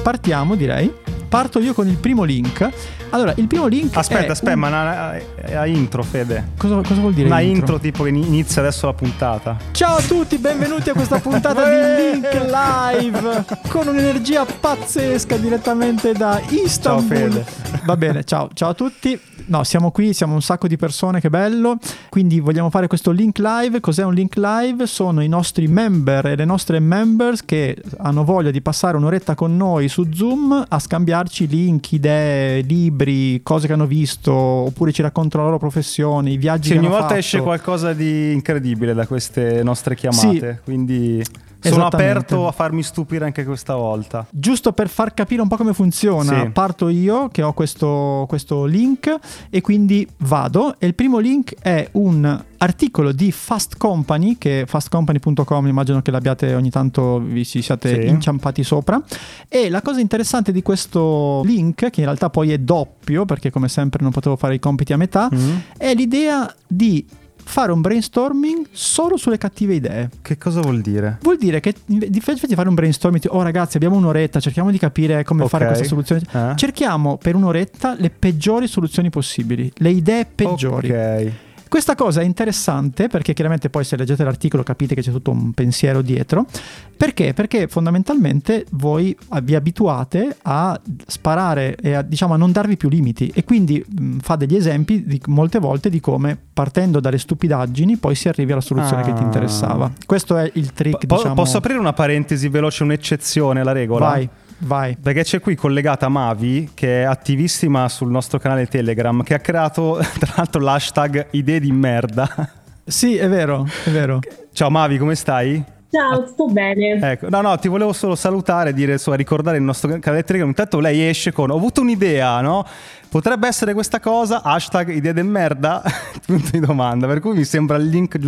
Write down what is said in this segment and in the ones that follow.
partiamo, direi. Parto io con il primo link. Allora, il primo link Aspetta, ma è intro, Fede. Cosa vuol dire una intro tipo che inizia adesso la puntata. Ciao a tutti, benvenuti a questa puntata di Link Live con un'energia pazzesca direttamente da Istanbul. Ciao Fede. Va bene, ciao a tutti. No, siamo qui, siamo un sacco di persone, che bello. Quindi vogliamo fare questo Link Live. Cos'è un Link Live? Sono i nostri member e le nostre members che hanno voglia di passare un'oretta con noi su Zoom a scambiarci link, idee, libri, cose che hanno visto, oppure ci raccontano la loro professione, i viaggi che hanno fatto. Ogni volta esce qualcosa di incredibile da queste nostre chiamate, sì. Quindi sono aperto a farmi stupire anche questa volta. Giusto per far capire un po' come funziona, sì. Parto io che ho questo link e quindi vado. E il primo link è un articolo di Fast Company, che fastcompany.com, immagino che l'abbiate ogni tanto vi siate inciampati sopra. E la cosa interessante di questo link, che in realtà poi è doppio perché come sempre non potevo fare i compiti a metà, è l'idea di fare un brainstorming solo sulle cattive idee. Che cosa vuol dire? Vuol dire che invece di fare un brainstorming, ragazzi, abbiamo un'oretta, cerchiamo di capire come fare questa soluzione. Cerchiamo per un'oretta le peggiori soluzioni possibili, le idee peggiori. Ok. Questa cosa è interessante perché chiaramente poi se leggete l'articolo capite che c'è tutto un pensiero dietro. Perché? Perché fondamentalmente voi vi abituate a sparare e a non darvi più limiti, e quindi fa degli esempi molte volte di come partendo dalle stupidaggini poi si arrivi alla soluzione che ti interessava. Questo è il trick. Posso aprire una parentesi veloce, un'eccezione alla regola? Vai. Perché c'è qui collegata Mavi, che è attivissima sul nostro canale Telegram, che ha creato tra l'altro l'hashtag idee di merda. Sì, è vero. Ciao Mavi, come stai? Ciao, sto bene. Ecco, no, ti volevo solo salutare, ricordare il nostro canale Telegram. Intanto lei esce con: ho avuto un'idea, no? Potrebbe essere questa cosa, hashtag idee di merda, punto di domanda. Per cui mi sembra il link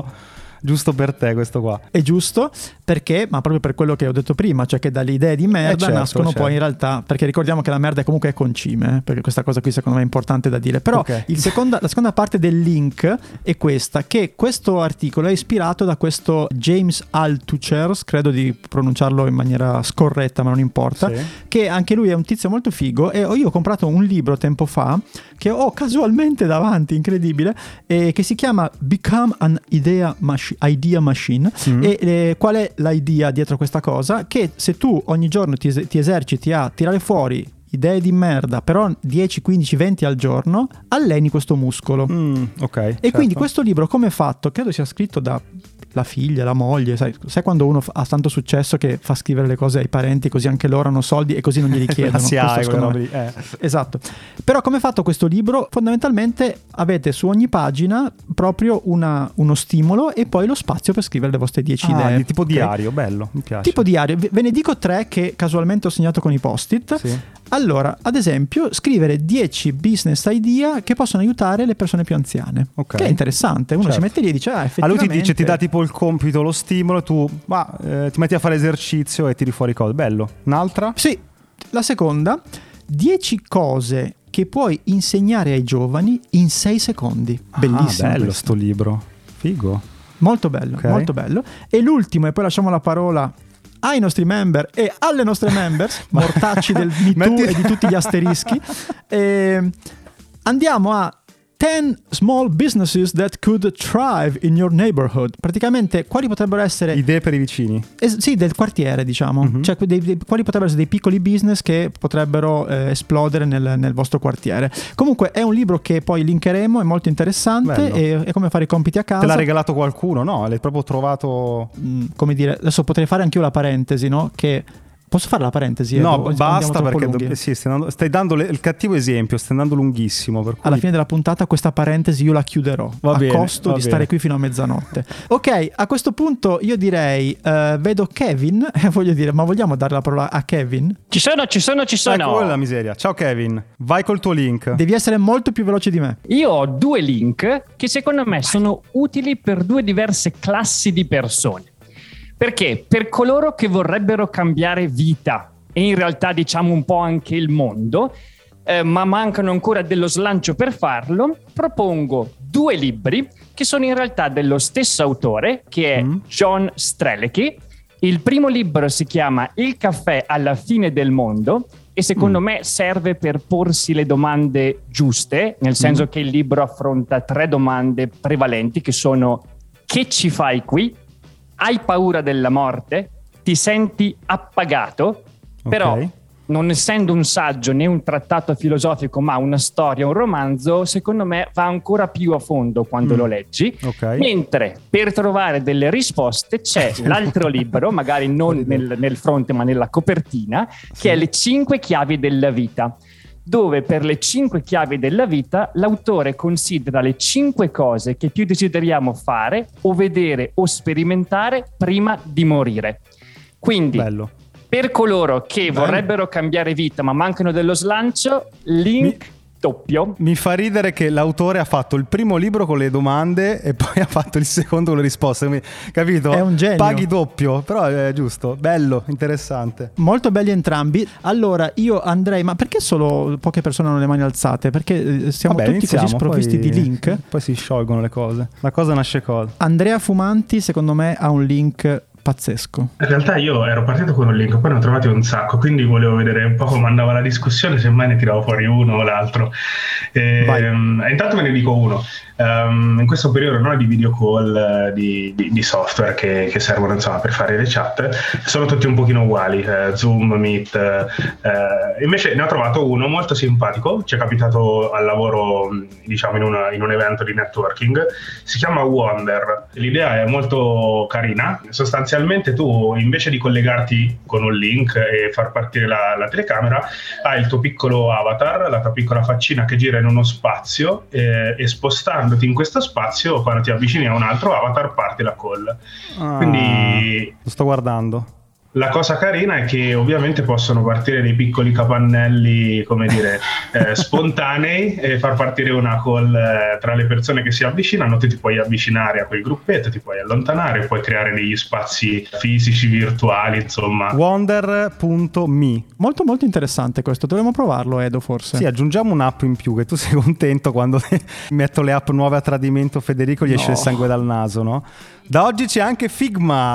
giusto per te questo qua. È giusto perché, ma proprio per quello che ho detto prima, cioè che dalle idee di merda nascono poi in realtà, perché ricordiamo che la merda comunque è concime, perché questa cosa qui secondo me è importante da dire. Però la seconda parte del link è questa, che questo articolo è ispirato da questo James Altucher, credo di pronunciarlo in maniera scorretta ma non importa, che anche lui è un tizio molto figo, e io ho comprato un libro tempo fa che ho casualmente davanti, incredibile, che si chiama Become an Idea Machine. E qual è l'idea dietro questa cosa? Che se tu ogni giorno ti eserciti a tirare fuori idee di merda, però 10, 15, 20 al giorno, alleni questo muscolo. E quindi questo libro come è fatto? Credo sia scritto da la figlia, la moglie, sai quando uno ha tanto successo che fa scrivere le cose ai parenti così anche loro hanno soldi e così non glieli chiedono. Esatto. Però come è fatto questo libro? Fondamentalmente avete su ogni pagina proprio uno stimolo e poi lo spazio per scrivere le vostre 10 idee. Di tipo diario, bello, mi piace. Tipo diario, ve ne dico 3 che casualmente ho segnato con i post-it. Sì. Allora, ad esempio, scrivere 10 business idea che possono aiutare le persone più anziane. Che è interessante. Uno si mette lì e dice, effettivamente. Lui ti dice, ti dà tipo il compito, lo stimolo, tu ti metti a fare esercizio e tiri fuori cose. Bello. Un'altra? Sì. La seconda, 10 cose che puoi insegnare ai giovani in 6 secondi. Bellissimo. Bello questo. Sto libro. Figo. Molto bello, molto bello. E l'ultimo, e poi lasciamo la parola ai nostri member e alle nostre members, mortacci del Me Too e di tutti gli asterischi. Andiamo a 10 small businesses that could thrive in your neighborhood. Praticamente quali potrebbero essere idee per i vicini? Sì, del quartiere, diciamo. Cioè quali potrebbero essere dei piccoli business che potrebbero esplodere nel vostro quartiere. Comunque è un libro che poi linkeremo, è molto interessante, è come fare i compiti a casa. Te l'ha regalato qualcuno? No, l'hai proprio trovato. Come dire, adesso potrei fare anche io la parentesi, no? Che posso fare la parentesi? No, basta perché stai dando il cattivo esempio, stai andando lunghissimo. Per cui alla fine della puntata questa parentesi io la chiuderò costo di stare qui fino a mezzanotte. Ok, a questo punto io direi, vedo Kevin, voglio dire, ma vogliamo dare la parola a Kevin? Ci sono. Ecco la miseria. Ciao Kevin, vai col tuo link. Devi essere molto più veloce di me. Io ho 2 link che secondo me sono utili per 2 diverse classi di persone. Perché? Per coloro che vorrebbero cambiare vita e in realtà diciamo un po' anche il mondo, ma mancano ancora dello slancio per farlo, propongo 2 libri che sono in realtà dello stesso autore, che è John Strelecky, Il primo libro si chiama Il caffè alla fine del mondo e secondo me serve per porsi le domande giuste, nel senso che il libro affronta 3 domande prevalenti che sono: che ci fai qui? Hai paura della morte? Ti senti appagato? Però non essendo un saggio né un trattato filosofico ma una storia, un romanzo, secondo me va ancora più a fondo quando lo leggi. Mentre per trovare delle risposte c'è l'altro libro, magari non nel fronte ma nella copertina, che è Le 5 chiavi della vita, dove per le 5 chiavi della vita l'autore considera le 5 cose che più desideriamo fare o vedere o sperimentare prima di morire. Quindi per coloro che vorrebbero cambiare vita ma mancano dello slancio, link doppio. Mi fa ridere che l'autore ha fatto il primo libro con le domande e poi ha fatto il secondo con le risposte, capito? È un genio. Paghi doppio, però è giusto, bello, interessante. Molto belli entrambi. Allora io andrei, ma perché solo poche persone hanno le mani alzate? Perché siamo tutti così sprovvisti di link. Poi si sciolgono le cose, la cosa nasce cosa. Andrea Fumanti secondo me ha un link pazzesco. In realtà io ero partito con un link, poi ne ho trovati un sacco, quindi volevo vedere un po' come andava la discussione, semmai ne tiravo fuori uno o l'altro. Intanto ve ne dico uno. In questo periodo di video call di software che servono insomma per fare le chat sono tutti un pochino uguali, Zoom, Meet, invece ne ho trovato uno molto simpatico, ci è capitato al lavoro diciamo in un evento di networking, si chiama Wonder. L'idea è molto carina, sostanzialmente tu invece di collegarti con un link e far partire la telecamera hai il tuo piccolo avatar, la tua piccola faccina che gira in uno spazio e spostandoti in questo spazio, quando ti avvicini a un altro avatar parte la call. Quindi lo sto guardando. La cosa carina è che ovviamente possono partire dei piccoli capannelli, come dire, spontanei, e far partire una call tra le persone che si avvicinano. Tu ti puoi avvicinare a quel gruppetto, ti puoi allontanare, puoi creare degli spazi fisici, virtuali, insomma. Wonder.me. Molto molto interessante questo, dovremmo provarlo, Edo, forse. Sì, aggiungiamo un'app in più, che tu sei contento quando metto le app nuove a tradimento, Federico gli esce il sangue dal naso, no? Da oggi c'è anche Figma.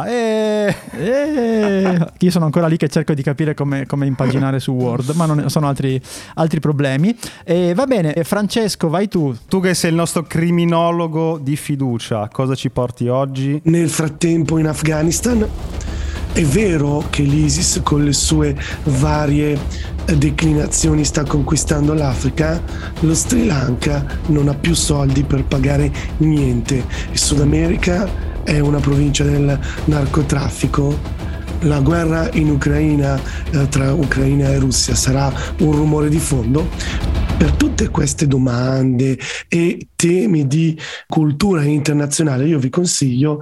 Io sono ancora lì che cerco di capire come impaginare su Word, ma non sono altri problemi. Va bene, Francesco, vai tu. Tu che sei il nostro criminologo di fiducia, cosa ci porti oggi? Nel frattempo in Afghanistan è vero che l'ISIS con le sue varie declinazioni sta conquistando l'Africa, lo Sri Lanka non ha più soldi per pagare niente. Il Sud America è una provincia del narcotraffico. La guerra in Ucraina tra Ucraina e Russia sarà un rumore di fondo. Per tutte queste domande e temi di cultura internazionale io vi consiglio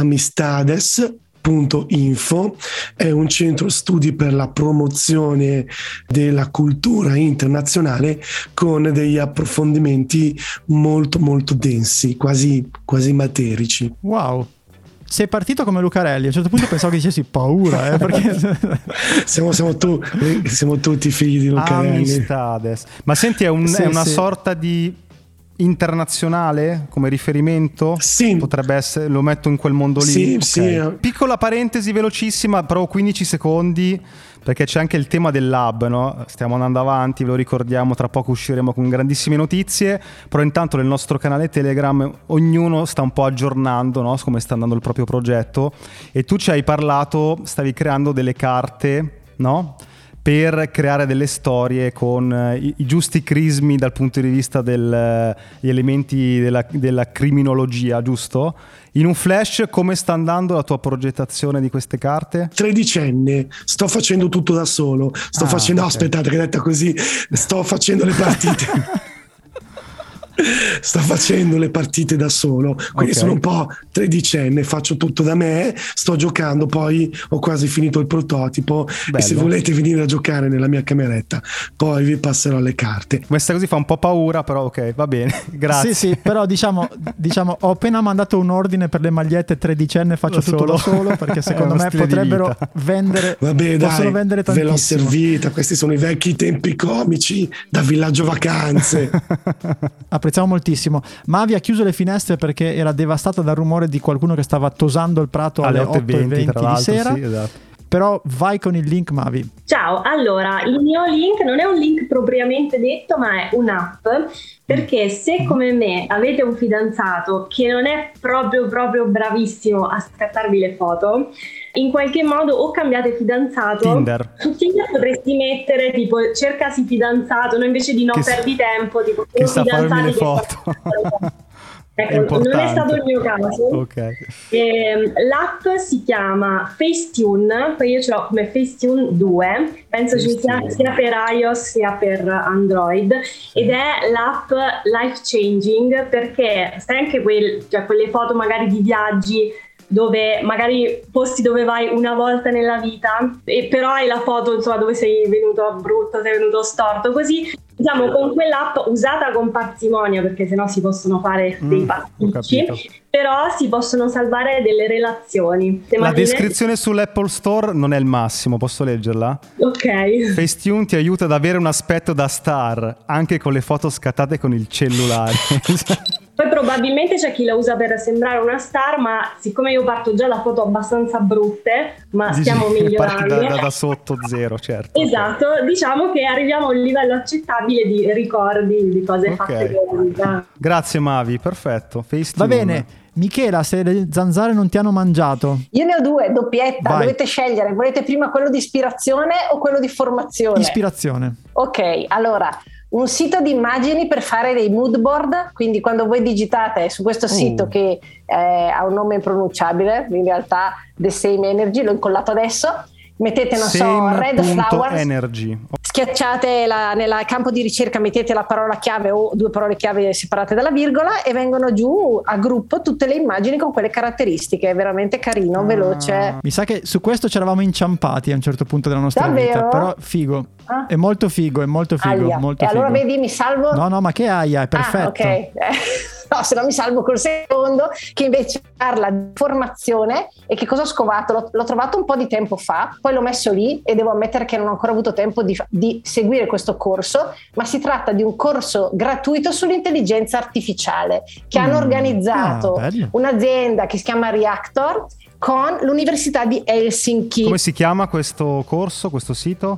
Amistades.info, è un centro studi per la promozione della cultura internazionale con degli approfondimenti molto molto densi, quasi materici. Wow. Sei partito come Lucarelli, a un certo punto pensavo che dicessi paura, perché siamo tutti figli di Lucarelli. Amistades. Ma senti, è una sorta di internazionale come riferimento? Sì. Potrebbe essere, lo metto in quel mondo lì. Sì, okay. sì. Piccola parentesi velocissima, però 15 secondi, perché c'è anche il tema del lab, no? Stiamo andando avanti, ve lo ricordiamo, tra poco usciremo con grandissime notizie, però intanto nel nostro canale Telegram ognuno sta un po' aggiornando, no? Su come sta andando il proprio progetto, e tu ci hai parlato, stavi creando delle carte, no? Per creare delle storie con i giusti crismi dal punto di vista degli elementi della criminologia, giusto? In un flash, come sta andando la tua progettazione di queste carte? 13enne, sto facendo tutto da solo, okay. No, aspettate, che detta così, sto facendo le partite. Sto facendo le partite da solo, quindi sono un po' 13enne, faccio tutto da me, sto giocando, poi ho quasi finito il prototipo. Bello. E se volete venire a giocare nella mia cameretta poi vi passerò le carte. Questa così fa un po' paura, però ok, va bene, grazie. Sì, però diciamo ho appena mandato un ordine per le magliette 13enne, faccio tutto da solo, perché secondo me potrebbero vendere. Vabbè, possono vendere tantissimo. Ve l'ho servita, questi sono i vecchi tempi comici da Villaggio Vacanze. apprezziamo moltissimo. Mavi ha chiuso le finestre perché era devastata dal rumore di qualcuno che stava tosando il prato alle 8:20 di sera. Sì, esatto. Però vai con il link, Mavi. Ciao, allora il mio link non è un link propriamente detto, ma è un'app, perché se come me avete un fidanzato che non è proprio bravissimo a scattarvi le foto, in qualche modo o cambiate fidanzato. Tinder. Su Tinder potresti mettere tipo cercasi fidanzato, no, invece di no perdi tempo, tipo che sa farmi le foto. Ecco, non è stato il mio caso. Okay. L'app si chiama Facetune, poi io ce l'ho come Facetune 2, penso ci sia per iOS sia per Android, ed è l'app life changing, perché sai anche quelle foto magari di viaggi dove magari posti dove vai una volta nella vita, e però hai la foto insomma dove sei venuto brutto, sei venuto storto, così diciamo con quell'app usata con parsimonia, perché sennò si possono fare dei pasticci, però si possono salvare delle relazioni. La descrizione sull'Apple Store non è il massimo, posso leggerla? Ok. Facetune ti aiuta ad avere un aspetto da star anche con le foto scattate con il cellulare. Poi probabilmente c'è chi la usa per sembrare una star, ma siccome io parto già da foto abbastanza brutte, ma stiamo migliorando. Parti da sotto zero, certo. Esatto, okay. Diciamo che arriviamo a un livello accettabile di ricordi, di cose fatte con la vita. Grazie Mavi, perfetto. Facetune. Va bene. Michela, se le zanzare non ti hanno mangiato. Io ne ho due, doppietta. Vai. Dovete scegliere, volete prima quello di ispirazione o quello di formazione? Ispirazione. Ok, allora un sito di immagini per fare dei mood board, quindi quando voi digitate su questo sito che ha un nome impronunciabile, in realtà The Same Energy, l'ho incollato adesso, mettete Red Flowers Energy. Schiacciate nel campo di ricerca, mettete la parola chiave o due parole chiave separate dalla virgola e vengono giù a gruppo tutte le immagini con quelle caratteristiche. È veramente carino, veloce. Mi sa che su questo ci eravamo inciampati a un certo punto della nostra vita, però figo. È molto figo, è molto figo, molto e figo. Allora vedi, mi salvo. No, ma che aia, è perfetto. Ok. No, se no mi salvo col secondo, che invece parla di formazione. E che cosa ho scovato? L'ho trovato un po' di tempo fa, poi l'ho messo lì e devo ammettere che non ho ancora avuto tempo di seguire questo corso, ma si tratta di un corso gratuito sull'intelligenza artificiale che hanno organizzato un'azienda che si chiama Reactor con l'Università di Helsinki. Come si chiama questo corso, questo sito?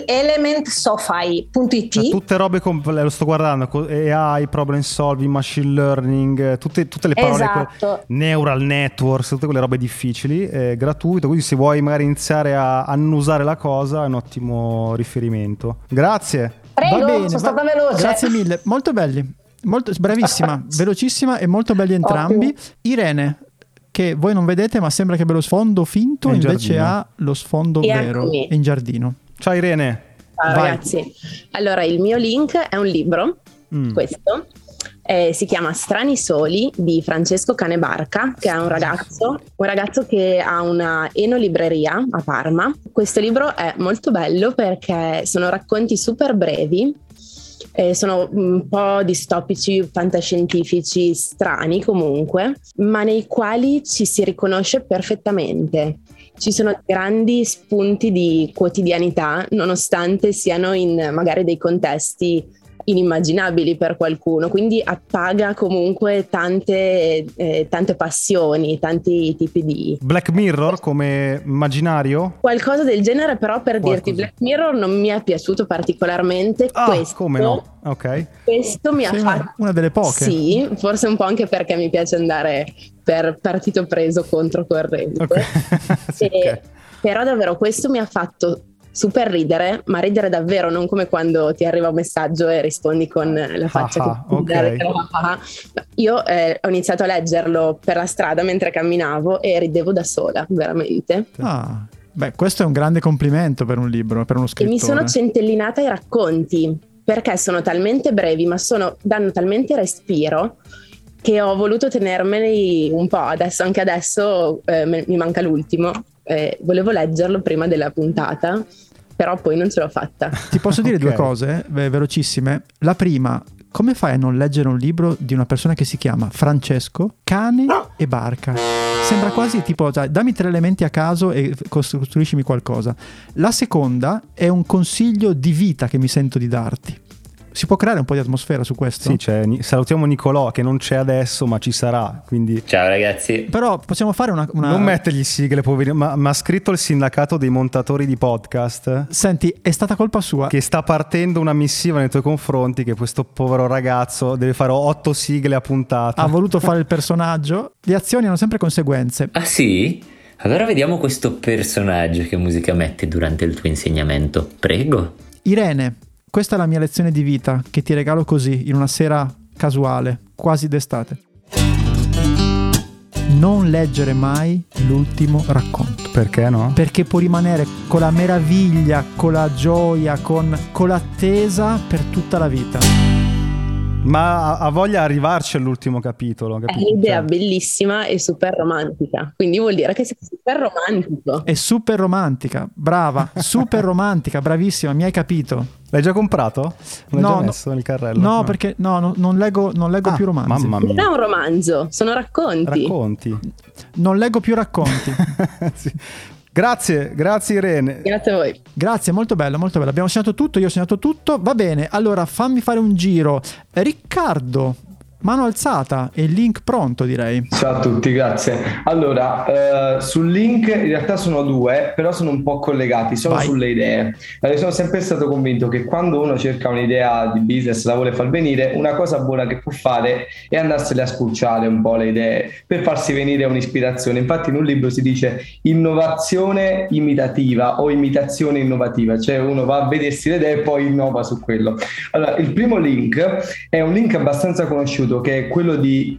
elementsofai.it. Cioè, tutte robe lo sto guardando, AI, problem solving, machine learning, tutte le parole, neural networks, tutte quelle robe difficili, è gratuito, quindi se vuoi magari iniziare a annusare la cosa è un ottimo riferimento. Grazie. Prego, sono stata veloce. Grazie mille, molto belli, bravissima, velocissima e molto belli entrambi. Ottimo. Irene, che voi non vedete ma sembra che abbia lo sfondo finto, invece ha lo sfondo vero, è in giardino. Ciao Irene. Ciao ragazzi, allora il mio link è un libro, questo si chiama Strani Soli di Francesco Canebarca, che è un ragazzo che ha una enolibreria a Parma. Questo libro è molto bello perché sono racconti super brevi, sono un po' distopici, fantascientifici, strani comunque, ma nei quali ci si riconosce perfettamente. Ci sono grandi spunti di quotidianità, nonostante siano in magari dei contesti inimmaginabili per qualcuno, quindi appaga comunque tante passioni, tanti tipi di... Black Mirror come immaginario? Qualcosa del genere, però per dirti, Black Mirror non mi è piaciuto particolarmente. Questo, come no? Ok. Questo mi ha fatto... Una delle poche. Sì, forse un po' anche perché mi piace andare per partito preso controcorrente. Okay. Sì, okay. Però davvero questo mi ha fatto super ridere, ma ridere davvero, non come quando ti arriva un messaggio e rispondi con la faccia Io ho iniziato a leggerlo per la strada mentre camminavo e ridevo da sola, veramente. Beh, questo è un grande complimento per un libro, per uno scrittore. E mi sono centellinata ai racconti perché sono talmente brevi, ma danno talmente respiro che ho voluto tenermeli un po'. Anche adesso mi manca l'ultimo. Volevo leggerlo prima della puntata, però poi non ce l'ho fatta. Ti posso dire due cose velocissime. La prima, come fai a non leggere un libro di una persona che si chiama Francesco Cane e Barca? Sembra quasi tipo, dammi 3 elementi a caso e costruiscimi qualcosa. La seconda è un consiglio di vita che mi sento di darti. si può creare un po' di atmosfera su questo? Sì, salutiamo Nicolò che non c'è adesso ma ci sarà, quindi... Ciao ragazzi. Però possiamo fare una... Non mettergli sigle, poverino, ma ha scritto il sindacato dei montatori di podcast. Senti, è stata colpa sua. Che sta partendo una missiva nei tuoi confronti che questo povero ragazzo deve fare 8 sigle a puntata. Ha voluto fare il personaggio. Le azioni hanno sempre conseguenze. Ah sì? Allora vediamo questo personaggio che musica mette durante il tuo insegnamento. Prego. Irene, questa è la mia lezione di vita che ti regalo così, in una sera casuale, quasi d'estate. Non leggere mai l'ultimo racconto. Perché no? Perché può rimanere con la meraviglia, con la gioia, con l'attesa per tutta la vita. Ma ha voglia di arrivarci all'ultimo capitolo, capito? È un'idea bellissima e super romantica, quindi vuol dire che sei super romantico. È super romantica, brava, super romantica, bravissima, mi hai capito. L'hai già comprato? Non l'hai già messo nel carrello? No, perché non leggo più romanzi. Mamma mia. Non è un romanzo, sono racconti. Non leggo più racconti. Sì. Grazie Irene. Grazie a voi. Grazie, molto bello, molto bello. Abbiamo segnato tutto, io ho segnato tutto. Va bene, allora fammi fare un giro. Riccardo, mano alzata e link pronto, direi. Ciao a tutti, grazie. Allora, sul link in realtà sono 2, però sono un po' collegati, sono sulle idee. Allora, sono sempre stato convinto che quando uno cerca un'idea di business, la vuole far venire, una cosa buona che può fare è andarsene a spulciare un po' le idee per farsi venire un'ispirazione. Infatti in un libro si dice innovazione imitativa o imitazione innovativa, cioè uno va a vedersi le idee e poi innova su quello. Allora, il primo link è un link abbastanza conosciuto, che è quello di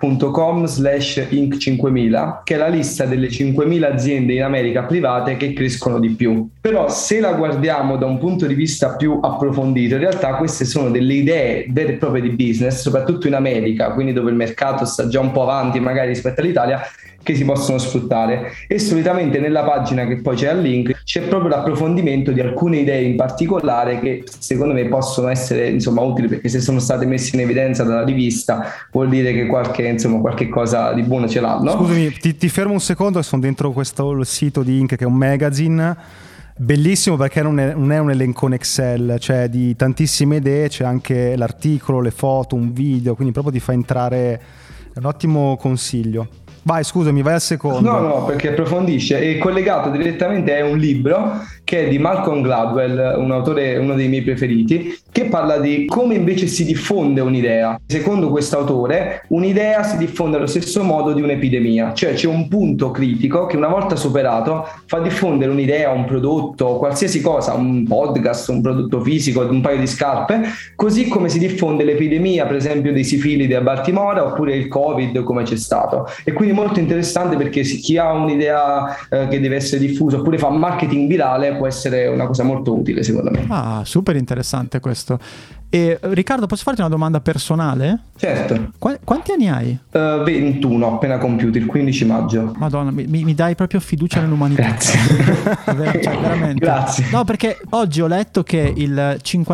inc.com/inc5000, che è la lista delle 5.000 aziende in America private che crescono di più. Però se la guardiamo da un punto di vista più approfondito, in realtà queste sono delle idee vere e proprie di business, soprattutto in America, quindi dove il mercato sta già un po' avanti magari rispetto all'Italia, che si possono sfruttare. E solitamente nella pagina che poi c'è al link c'è proprio l'approfondimento di alcune idee in particolare che secondo me possono essere utili, perché se sono state messe in evidenza dalla rivista vuol dire che qualche cosa di buono ce l'hanno. Scusami, ti fermo un secondo, sono dentro il sito di Inc, che è un magazine bellissimo, perché non è un elencone Excel, cioè di tantissime idee, c'è anche l'articolo, le foto, un video, quindi proprio ti fa entrare, è un ottimo consiglio. Vai, scusami, vai al secondo. No, perché approfondisce, e collegato direttamente è un libro che è di Malcolm Gladwell, un autore, uno dei miei preferiti, che parla di come invece si diffonde un'idea. Secondo quest'autore, un'idea si diffonde allo stesso modo di un'epidemia, cioè c'è un punto critico che una volta superato fa diffondere un'idea, un prodotto, qualsiasi cosa, un podcast, un prodotto fisico, un paio di scarpe, così come si diffonde l'epidemia, per esempio, dei sifilidi a Baltimora, oppure il Covid come c'è stato. E quindi molto interessante, perché chi ha un'idea che deve essere diffusa oppure fa marketing virale può essere una cosa molto utile, secondo me. Ah, super interessante questo. E Riccardo, posso farti una domanda personale? Certo. Quanti anni hai? 21, appena compiuti, il 15 maggio. Madonna, mi dai proprio fiducia nell'umanità. Grazie. Veramente. Grazie. No, perché oggi ho letto che il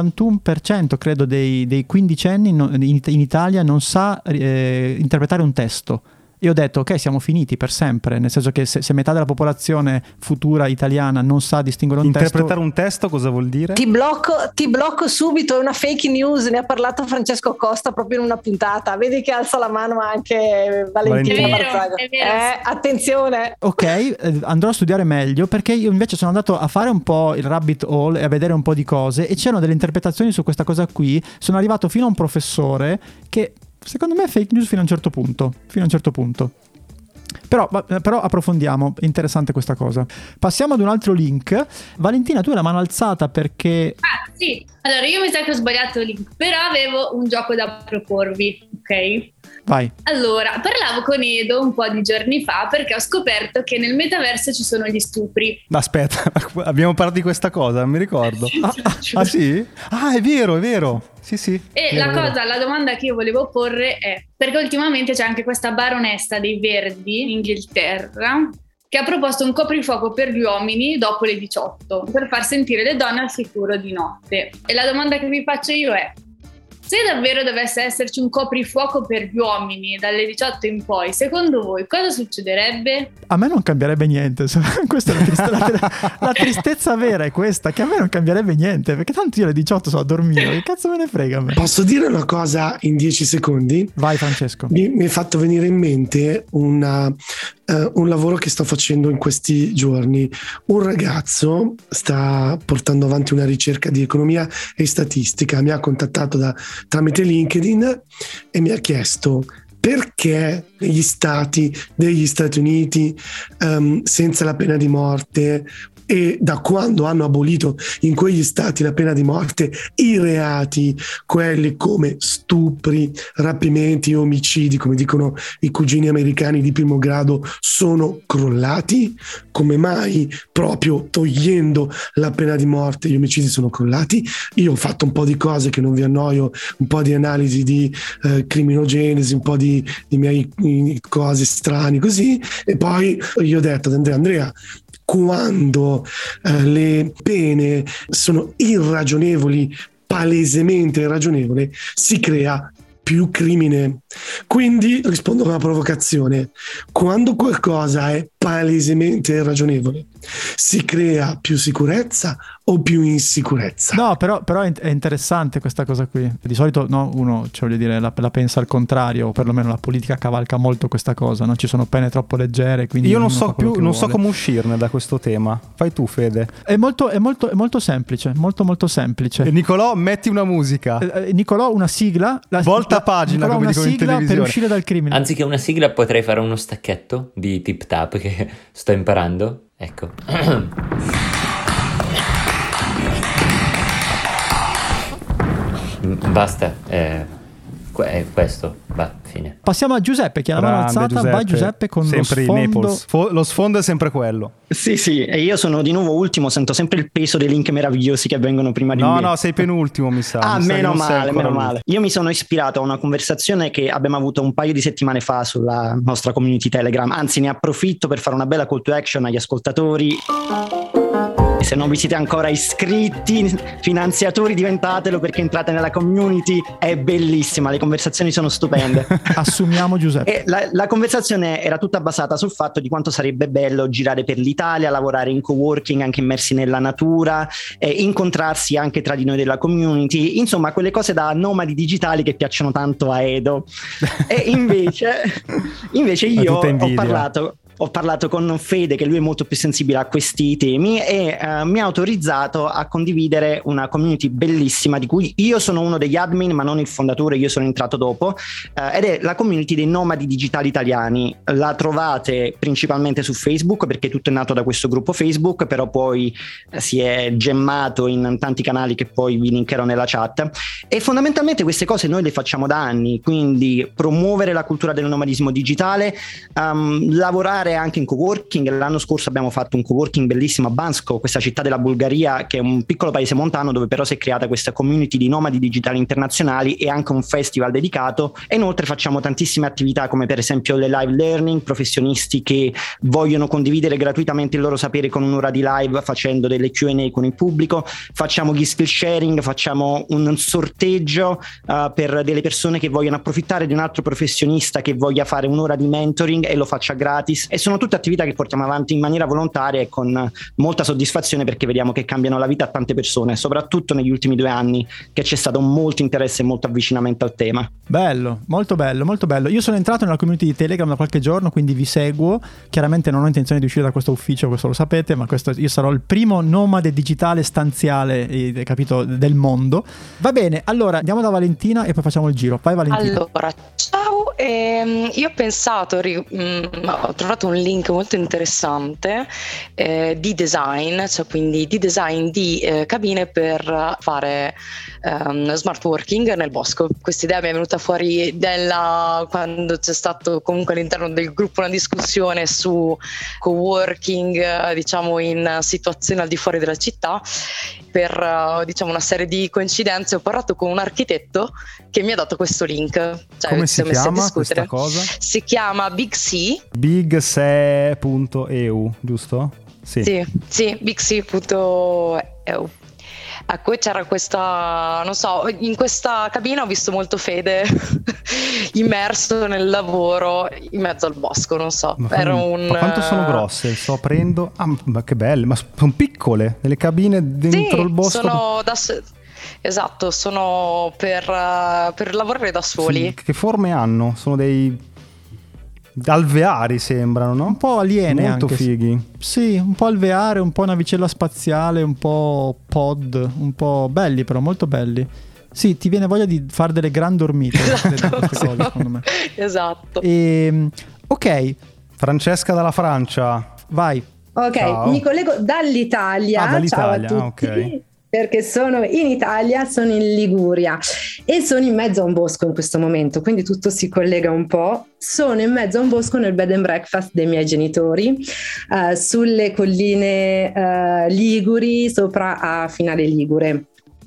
51% credo dei quindicenni in Italia non sa interpretare un testo. Io ho detto ok, siamo finiti per sempre, nel senso che se metà della popolazione futura italiana non sa distinguere un testo. Interpretare un testo cosa vuol dire? Ti blocco subito, è una fake news, ne ha parlato Francesco Costa proprio in una puntata, vedi che alza la mano anche Valentina Barzaga. Attenzione. Ok, andrò a studiare meglio, perché io invece sono andato a fare un po' il rabbit hole e a vedere un po' di cose, e c'erano delle interpretazioni su questa cosa qui. Sono arrivato fino a un professore che secondo me è fake news fino a un certo punto. Però approfondiamo, è interessante questa cosa. Passiamo ad un altro link. Valentina, tu hai la mano alzata perché... Ah sì, allora io mi sa che ho sbagliato il link, però avevo un gioco da proporvi, ok? Vai. Allora, parlavo con Edo un po' di giorni fa perché ho scoperto che nel metaverso ci sono gli stupri. Aspetta, abbiamo parlato di questa cosa, non mi ricordo. Ah sì? Ah, è vero. Sì. E la domanda che io volevo porre è, perché ultimamente c'è anche questa baronessa dei Verdi in Inghilterra che ha proposto un coprifuoco per gli uomini dopo le 18 per far sentire le donne al sicuro di notte. E la domanda che vi faccio io è: Se davvero dovesse esserci un coprifuoco per gli uomini dalle 18 in poi, secondo voi cosa succederebbe? A me non cambierebbe niente. Questa è la tristezza vera è questa, che a me non cambierebbe niente, perché tanto io alle 18 so a dormire, che cazzo me ne frega a me? Posso dire una cosa in 10 secondi? Vai Francesco. Mi è fatto venire in mente un lavoro che sto facendo in questi giorni. Un ragazzo sta portando avanti una ricerca di economia e statistica, mi ha contattato tramite LinkedIn e mi ha chiesto: perché negli Stati degli Stati Uniti senza la pena di morte, e da quando hanno abolito in quegli stati la pena di morte, i reati, quelli come stupri, rapimenti e omicidi, come dicono i cugini americani, di primo grado, sono crollati? Come mai proprio togliendo la pena di morte gli omicidi sono crollati? Io ho fatto un po' di cose che non vi annoio, un po' di analisi di criminogenesi, un po' di miei cose strane così, e poi io ho detto ad Andrea, quando le pene sono irragionevoli, palesemente irragionevoli, si crea più crimine. Quindi rispondo con una provocazione: quando qualcosa è palesemente irragionevole, si crea più sicurezza o più insicurezza? No, però è interessante questa cosa qui. Di solito no, uno, cioè, voglio dire, la pensa al contrario, o perlomeno la politica cavalca molto questa cosa, no? Ci sono pene troppo leggere, quindi io non so come uscirne da questo tema. Fai tu, Fede. È molto semplice, molto semplice. E Nicolò, metti una musica. Nicolò, una sigla. Volta pagina, Nicolò, come dicono in televisione. Per uscire dal crimine. Anziché una sigla potrei fare uno stacchetto di tip tap che sto imparando. Ecco. Basta, è questo, va, fine. Passiamo a Giuseppe, che ha la mano alzata. Giuseppe. Vai Giuseppe con sempre lo sfondo. Naples. Lo sfondo è sempre quello. Sì, e io sono di nuovo ultimo, sento sempre il peso dei link meravigliosi che avvengono prima di me. No, sei penultimo, mi sa. Ah, meno male. Io mi sono ispirato a una conversazione che abbiamo avuto un paio di settimane fa sulla nostra community Telegram, anzi ne approfitto per fare una bella call to action agli ascoltatori. Se non vi siete ancora iscritti, finanziatori, diventatelo, perché entrate nella community, è bellissima, le conversazioni sono stupende. Assumiamo Giuseppe. E la conversazione era tutta basata sul fatto di quanto sarebbe bello girare per l'Italia, lavorare in coworking anche immersi nella natura, incontrarsi anche tra di noi della community, insomma quelle cose da nomadi digitali che piacciono tanto a Edo. E invece io ho parlato con Fede, che lui è molto più sensibile a questi temi, e mi ha autorizzato a condividere una community bellissima di cui io sono uno degli admin ma non il fondatore, io sono entrato dopo, ed è la community dei nomadi digitali italiani. La trovate principalmente su Facebook, perché tutto è nato da questo gruppo Facebook, però poi si è gemmato in tanti canali che poi vi linkerò nella chat, e fondamentalmente queste cose noi le facciamo da anni, quindi promuovere la cultura del nomadismo digitale, lavorare anche in coworking. L'anno scorso abbiamo fatto un coworking bellissimo a Bansko, questa città della Bulgaria che è un piccolo paese montano dove però si è creata questa community di nomadi digitali internazionali e anche un festival dedicato. E inoltre facciamo tantissime attività come per esempio le live learning, professionisti che vogliono condividere gratuitamente il loro sapere con un'ora di live facendo delle Q&A con il pubblico, facciamo gli skill sharing, facciamo un sorteggio per delle persone che vogliono approfittare di un altro professionista che voglia fare un'ora di mentoring e lo faccia gratis. E sono tutte attività che portiamo avanti in maniera volontaria e con molta soddisfazione, perché vediamo che cambiano la vita a tante persone, soprattutto negli ultimi 2 anni che c'è stato molto interesse e molto avvicinamento al tema. Bello, molto bello, molto bello. Io sono entrato nella community di Telegram da qualche giorno, quindi vi seguo. Chiaramente non ho intenzione di uscire da questo ufficio, questo lo sapete, ma io sarò il primo nomade digitale stanziale, capito, del mondo. Va bene, allora andiamo da Valentina e poi facciamo il giro. Vai Valentina. Allora, ciao, io ho pensato, ho trovato un link molto interessante di design, cioè quindi di design di cabine per fare smart working nel bosco. Questa idea mi è venuta fuori quando c'è stato comunque all'interno del gruppo una discussione su coworking, diciamo in situazioni al di fuori della città. Per diciamo una serie di coincidenze ho parlato con un architetto che mi ha dato questo link. Cioè, come si chiama questa cosa? Si chiama Big C. Bigse.eu, giusto? Sì, bigc.eu. Ecco, c'era questa, non so, in questa cabina ho visto molto Fede immerso nel lavoro in mezzo al bosco, non so. Ma quanto sono grosse? Sto aprendo. Ah, ma che belle, ma sono piccole, delle cabine dentro il bosco. Esatto, sono per lavorare da soli. Sì, che forme hanno? Sono dei alveari, sembrano, no? Un po' aliene, molto anche fighi. Sì, un po' alveare, un po' navicella spaziale, un po' pod, un po' belli, però molto belli. Sì, ti viene voglia di fare delle gran dormite. Esatto, queste cose, secondo me. Esatto. Ok. Francesca dalla Francia. Vai. Ok, Ciao. mi collego dall'Italia. Dall'Italia. Ciao a tutti. Ok. Perché sono in Italia, sono in Liguria e sono in mezzo a un bosco in questo momento, quindi tutto si collega un po'. Sono in mezzo a un bosco nel bed and breakfast dei miei genitori, sulle colline liguri, sopra a Finale Ligure.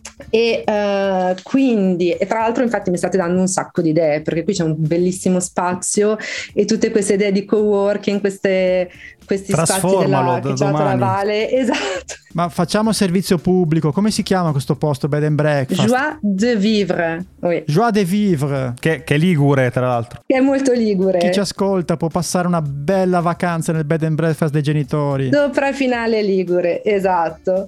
E quindi, e tra l'altro infatti mi state dando un sacco di idee, perché qui c'è un bellissimo spazio e tutte queste idee di co-working, questi spazi della Valle. Esatto. Ma facciamo servizio pubblico, come si chiama questo posto, bed and breakfast? Joie de vivre. Oui. Joie de vivre. Che è ligure, tra l'altro. Che è molto ligure. Chi ci ascolta può passare una bella vacanza nel bed and breakfast dei genitori. Sopra Finale Ligure, esatto.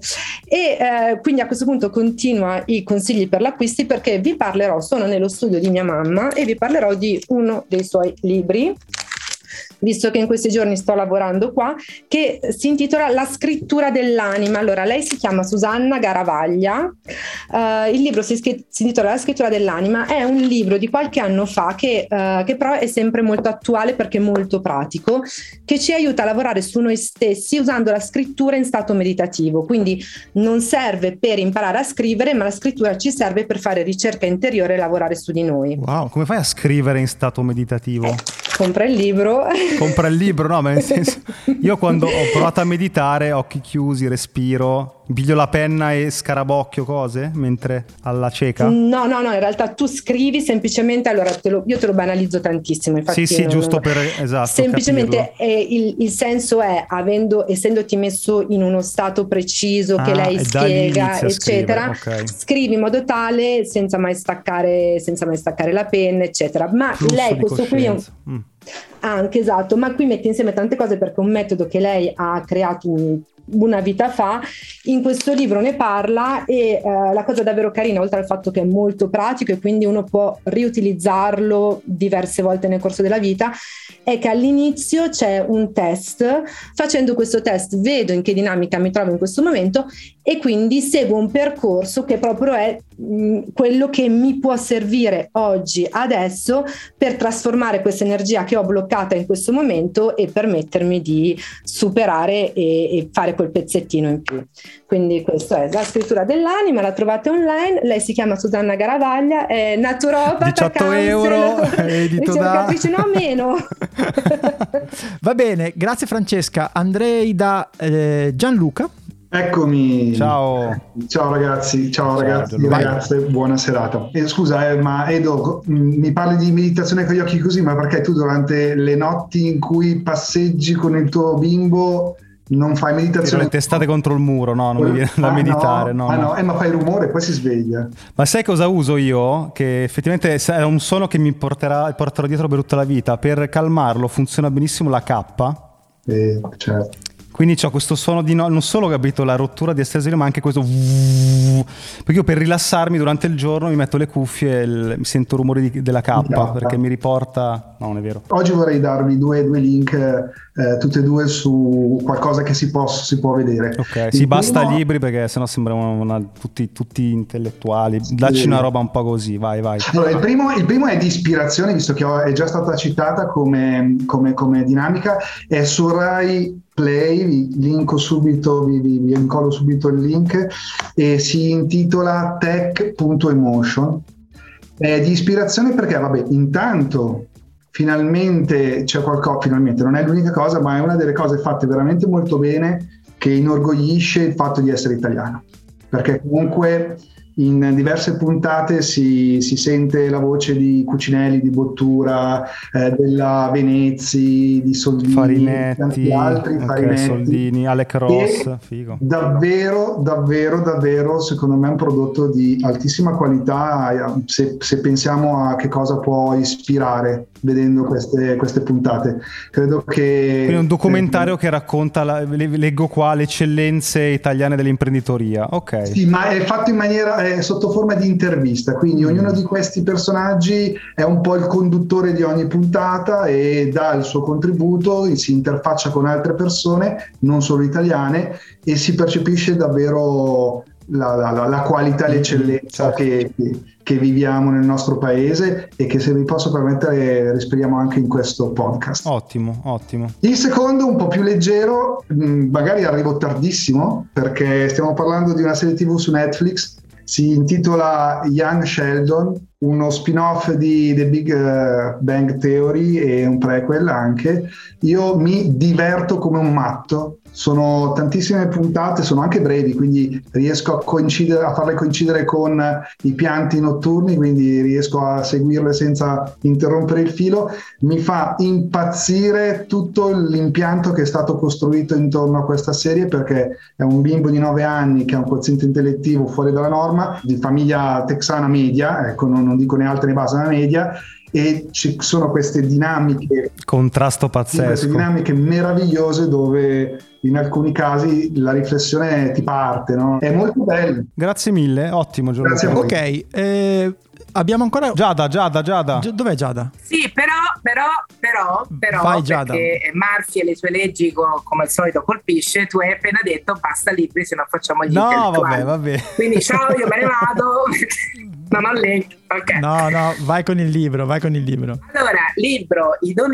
E quindi a questo punto continua i consigli per l'acquisti, perché vi parlerò, sono nello studio di mia mamma e vi parlerò di uno dei suoi libri, visto che in questi giorni sto lavorando qua, che si intitola La scrittura dell'anima. Allora, lei si chiama Susanna Garavaglia, il libro si intitola La scrittura dell'anima, è un libro di qualche anno fa che però è sempre molto attuale perché è molto pratico, che ci aiuta a lavorare su noi stessi usando la scrittura in stato meditativo, quindi non serve per imparare a scrivere, ma la scrittura ci serve per fare ricerca interiore e lavorare su di noi. Wow, come fai a scrivere in stato meditativo? Compra il libro. Compra il libro, no, ma nel senso, io quando ho provato a meditare, occhi chiusi, respiro, piglio la penna e scarabocchio cose mentre alla cieca. No, in realtà tu scrivi semplicemente, allora io te lo banalizzo tantissimo, infatti. Sì, giusto per, esatto, semplicemente il senso è, essendoti messo in uno stato preciso che lei spiega, eccetera, okay. Scrivi in modo tale senza mai staccare la penna, eccetera. Ma flusso lei questo qui è anche esatto, ma qui mette insieme tante cose perché è un metodo che lei ha creato una vita fa. In questo libro ne parla e la cosa davvero carina, oltre al fatto che è molto pratico e quindi uno può riutilizzarlo diverse volte nel corso della vita, è che all'inizio c'è un test. Facendo questo test vedo in che dinamica mi trovo in questo momento e quindi seguo un percorso che proprio è quello che mi può servire oggi, adesso, per trasformare questa energia che ho bloccata in questo momento e permettermi di superare e fare quel pezzettino in più. Quindi questa è La scrittura dell'anima, la trovate online, lei si chiama Susanna Garavaglia, è naturopata, 18 euro, edito da... no, meno. Va bene, grazie Francesca. Andrei da Gianluca. Eccomi. Ciao ragazzi, ragazze, buona serata. Scusa, ma Edo, mi parli di meditazione con gli occhi così, ma perché tu durante le notti in cui passeggi con il tuo bimbo non fai meditazione? Le testate contro il muro, no, non mi viene da meditare. No. Ma fai rumore, poi si sveglia. Ma sai cosa uso io? Che effettivamente è un suono che mi porterò dietro per tutta la vita. Per calmarlo funziona benissimo la K. Certo. Quindi c'ho questo suono di non solo, capito, la rottura di estersione, ma anche questo perché io per rilassarmi durante il giorno mi metto le cuffie e mi sento il rumore della K perché mi riporta. No, non è vero. Oggi vorrei darvi due link, tutte e due, su qualcosa che si può vedere. Ok, sì, basta libri perché sennò sembriamo tutti intellettuali. Dacci una roba un po' così, vai. Allora, il primo è di ispirazione, visto che è già stata citata come dinamica, è su Rai Play, vi incollo subito il link, e si intitola Tech.emotion. È di ispirazione perché, intanto finalmente c'è qualcosa, finalmente non è l'unica cosa, ma è una delle cose fatte veramente molto bene, che inorgoglisce il fatto di essere italiano, perché comunque in diverse puntate si sente la voce di Cucinelli, di Bottura, della Venezzi, di Soldini, Farinetti, tanti altri, Farinetti. Soldini, Alec Ross, figo. Davvero, secondo me è un prodotto di altissima qualità, se pensiamo a che cosa può ispirare vedendo queste puntate. Credo che... Quindi un documentario che racconta, leggo qua, le eccellenze italiane dell'imprenditoria. Ok. Sì, ma è fatto in maniera sotto forma di intervista, quindi ognuno di questi personaggi è un po' il conduttore di ogni puntata e dà il suo contributo, si interfaccia con altre persone, non solo italiane, e si percepisce davvero la qualità e l'eccellenza che viviamo nel nostro paese e che, se mi posso permettere, respiriamo anche in questo podcast. Ottimo. Il secondo, un po' più leggero, magari arrivo tardissimo perché stiamo parlando di una serie TV su Netflix, si intitola Young Sheldon, uno spin-off di The Big Bang Theory e un prequel anche. Io mi diverto come un matto. Sono tantissime puntate, sono anche brevi, quindi riesco a farle coincidere con i pianti notturni, quindi riesco a seguirle senza interrompere il filo. Mi fa impazzire tutto l'impianto che è stato costruito intorno a questa serie, perché è un bimbo di 9 anni che ha un quoziente intellettivo fuori dalla norma, di famiglia texana media, ecco, non dico né alta né bassa, ma media, e ci sono queste dinamiche, contrasto pazzesco, queste dinamiche meravigliose dove in alcuni casi la riflessione ti parte, no? È molto bello. Grazie mille, ottimo Giorgio. Grazie a voi. Ok, abbiamo ancora Giada. Dov'è Giada? Sì, però vai, Giada. Perché Murphy e le sue leggi come al solito colpisce. Tu hai appena detto basta libri, se no facciamo gli intellettuali. Vabbè. Quindi ciao, io me ne vado. Non ho link. Okay. No, vai con il libro. Allora, libro I doni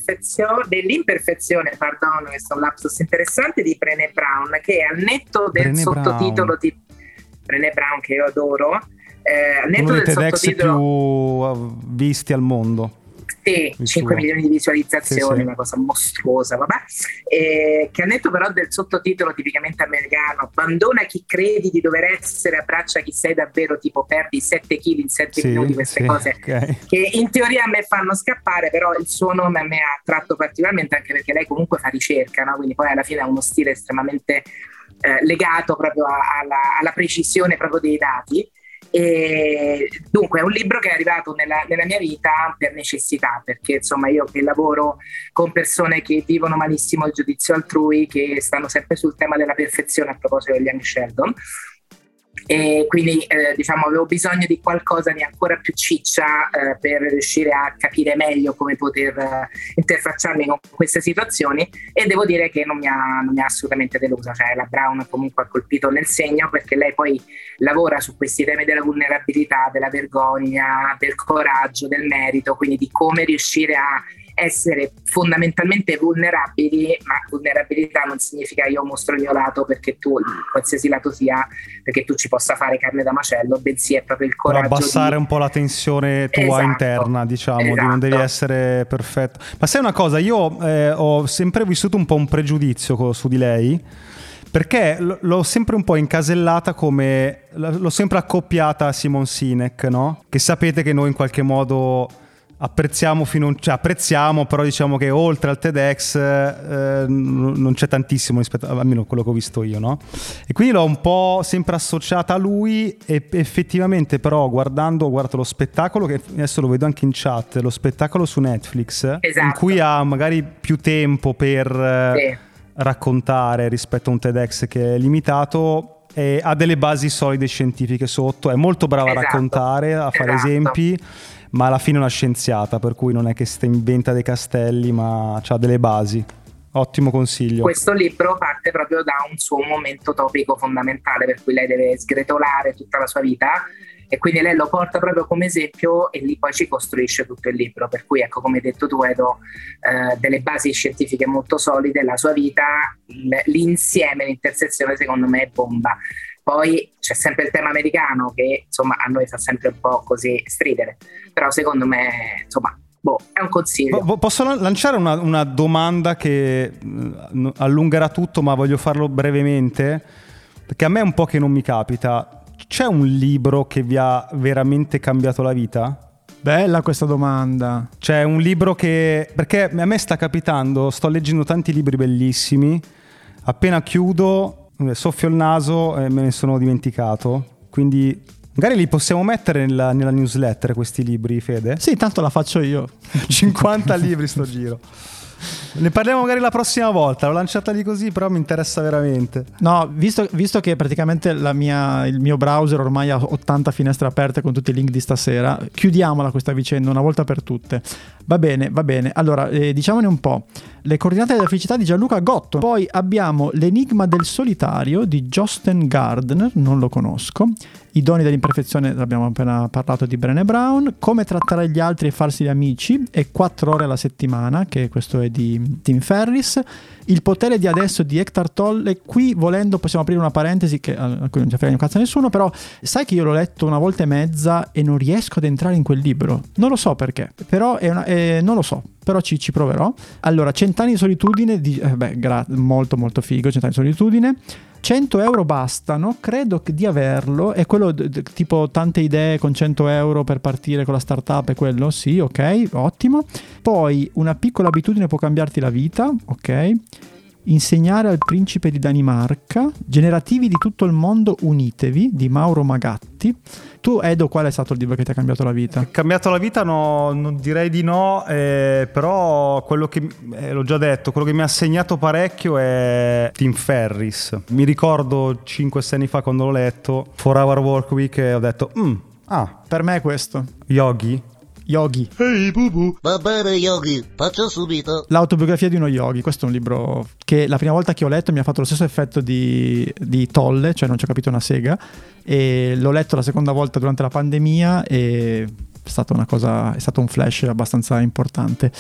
dell'imperfezione, questo è un lapsus interessante di Brené Brown, che al netto del sottotitolo di Brené Brown, che io adoro, al netto uno dei del TEDx sottotitolo più visti al mondo. Sì, 5 milioni di visualizzazioni, sì. Una cosa mostruosa, vabbè. Che al netto però del sottotitolo tipicamente americano, abbandona chi credi di dover essere, abbraccia chi sei davvero, tipo perdi 7 kg in 7 minuti, queste cose okay, che in teoria a me fanno scappare, però il suo nome a me ha attratto particolarmente, anche perché lei comunque fa ricerca, no? Quindi poi alla fine ha uno stile estremamente legato proprio alla precisione proprio dei dati. E dunque è un libro che è arrivato nella mia vita per necessità, perché insomma io che lavoro con persone che vivono malissimo il giudizio altrui, che stanno sempre sul tema della perfezione, a proposito di Young Sheldon, e quindi avevo bisogno di qualcosa di ancora più ciccia per riuscire a capire meglio come poter interfacciarmi con queste situazioni, e devo dire che non mi ha assolutamente delusa. Cioè la Brown comunque ha colpito nel segno, perché lei poi lavora su questi temi della vulnerabilità, della vergogna, del coraggio, del merito, quindi di come riuscire a essere fondamentalmente vulnerabili, ma vulnerabilità non significa io mostro il mio lato perché tu, qualsiasi lato sia, perché tu ci possa fare carne da macello, bensì è proprio il coraggio per abbassare un po' la tensione tua interna, di non devi essere perfetto. Ma sai una cosa, io ho sempre vissuto un po' un pregiudizio su di lei, perché l'ho sempre un po' incasellata l'ho sempre accoppiata a Simon Sinek, no? Che sapete che noi in qualche modo apprezziamo, però diciamo che oltre al TEDx non c'è tantissimo rispetto almeno quello che ho visto io, no? E quindi l'ho un po' sempre associata a lui, e effettivamente però ho guardato lo spettacolo, che adesso lo vedo anche in chat, lo spettacolo su Netflix, in cui ha magari più tempo per raccontare rispetto a un TEDx che è limitato, e ha delle basi solide scientifiche sotto, è molto brava a raccontare, a fare esempi, ma alla fine è una scienziata, per cui non è che inventa dei castelli, ma ha delle basi. Ottimo consiglio. Questo libro parte proprio da un suo momento topico fondamentale, per cui lei deve sgretolare tutta la sua vita, e quindi lei lo porta proprio come esempio, e lì poi ci costruisce tutto il libro, per cui ecco, come hai detto tu Edo, delle basi scientifiche molto solide, la sua vita, l'insieme, l'intersezione secondo me è bomba. Poi c'è sempre il tema americano che insomma a noi fa sempre un po' così stridere, però secondo me insomma è un consiglio. Posso lanciare una domanda che allungherà tutto, ma voglio farlo brevemente, perché a me è un po' che non mi capita. c'è un libro che vi ha veramente cambiato la vita? Bella questa domanda. C'è un libro che... Perché a me sta capitando, sto leggendo tanti libri bellissimi, appena chiudo, soffio il naso e me ne sono dimenticato. Quindi magari li possiamo mettere nella newsletter questi libri, Fede? Sì, tanto la faccio io. 50 libri sto giro. Ne parliamo magari la prossima volta. L'ho lanciata lì così, però mi interessa veramente. No, visto che praticamente il mio browser ormai ha 80 finestre aperte con tutti i link di stasera, chiudiamola questa vicenda una volta per tutte. Va bene. Allora, diciamone un po'. Le coordinate della felicità di Gianluca Gotto. Poi abbiamo L'enigma del solitario di Josten Gardner, non lo conosco. I doni dell'imperfezione, abbiamo appena parlato di Brené Brown. Come trattare gli altri e farsi gli amici, e 4 ore alla settimana, che questo è di Tim Ferriss. Il potere di adesso di Eckhart Tolle. Qui, volendo, possiamo aprire una parentesi a cui non ci frega un cazzo a nessuno, però sai che io l'ho letto una volta e mezza e non riesco ad entrare in quel libro. Non lo so perché, però non lo so, però ci proverò. Allora, 100 anni di solitudine molto molto figo, 100 anni di solitudine. 100 euro bastano, credo di averlo. È quello tipo tante idee con 100 euro per partire con la startup, è quello? Sì, ok, ottimo. Poi una piccola abitudine può cambiarti la vita, ok. Insegnare al principe di Danimarca. Generativi di tutto il mondo, unitevi, di Mauro Magatti. Tu, Edo, qual è stato il libro che ti ha cambiato la vita? Cambiato la vita no, non direi di no, però quello che l'ho già detto, quello che mi ha segnato parecchio è Tim Ferriss. Mi ricordo 5-6 anni fa quando l'ho letto, 4 Hour Work Week, e ho detto per me è questo. Yogi. Ehi bubu. Va bene Yogi, faccio subito. L'autobiografia di uno yogi. Questo è un libro che la prima volta che ho letto mi ha fatto lo stesso effetto di Tolle, cioè non ci ho capito una sega, e l'ho letto la seconda volta durante la pandemia e è stato un flash abbastanza importante.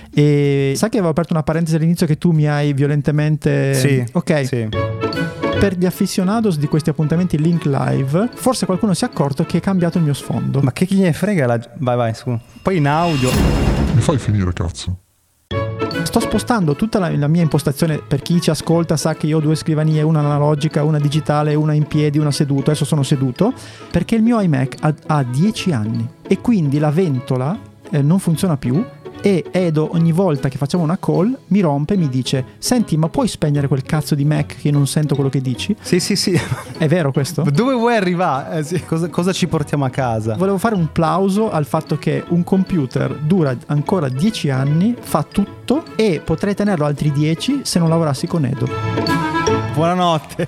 E sai che avevo aperto una parentesi all'inizio che tu mi hai violentemente... Sì. Ok. Sì. Per gli aficionados di questi appuntamenti Link Live, forse qualcuno si è accorto che è cambiato il mio sfondo. Ma che chi ne frega Vai, scusa. Poi in audio. Mi fai finire, cazzo. Sto spostando tutta la mia impostazione. Per chi ci ascolta sa che io ho 2 scrivanie, una analogica, una digitale, una in piedi, una seduto. Adesso sono seduto perché il mio iMac ha 10 anni e quindi la ventola non funziona più. E Edo ogni volta che facciamo una call mi rompe e mi dice: senti, ma puoi spegnere quel cazzo di Mac che non sento quello che dici? Sì. È vero questo? Dove vuoi arrivare? Sì. Cosa ci portiamo a casa? Volevo fare un plauso al fatto che un computer dura ancora 10 anni, fa tutto, e potrei tenerlo altri 10 se non lavorassi con Edo. Buonanotte.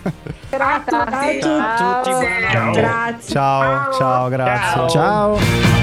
Ciao a tutti. Ciao, grazie. Ciao.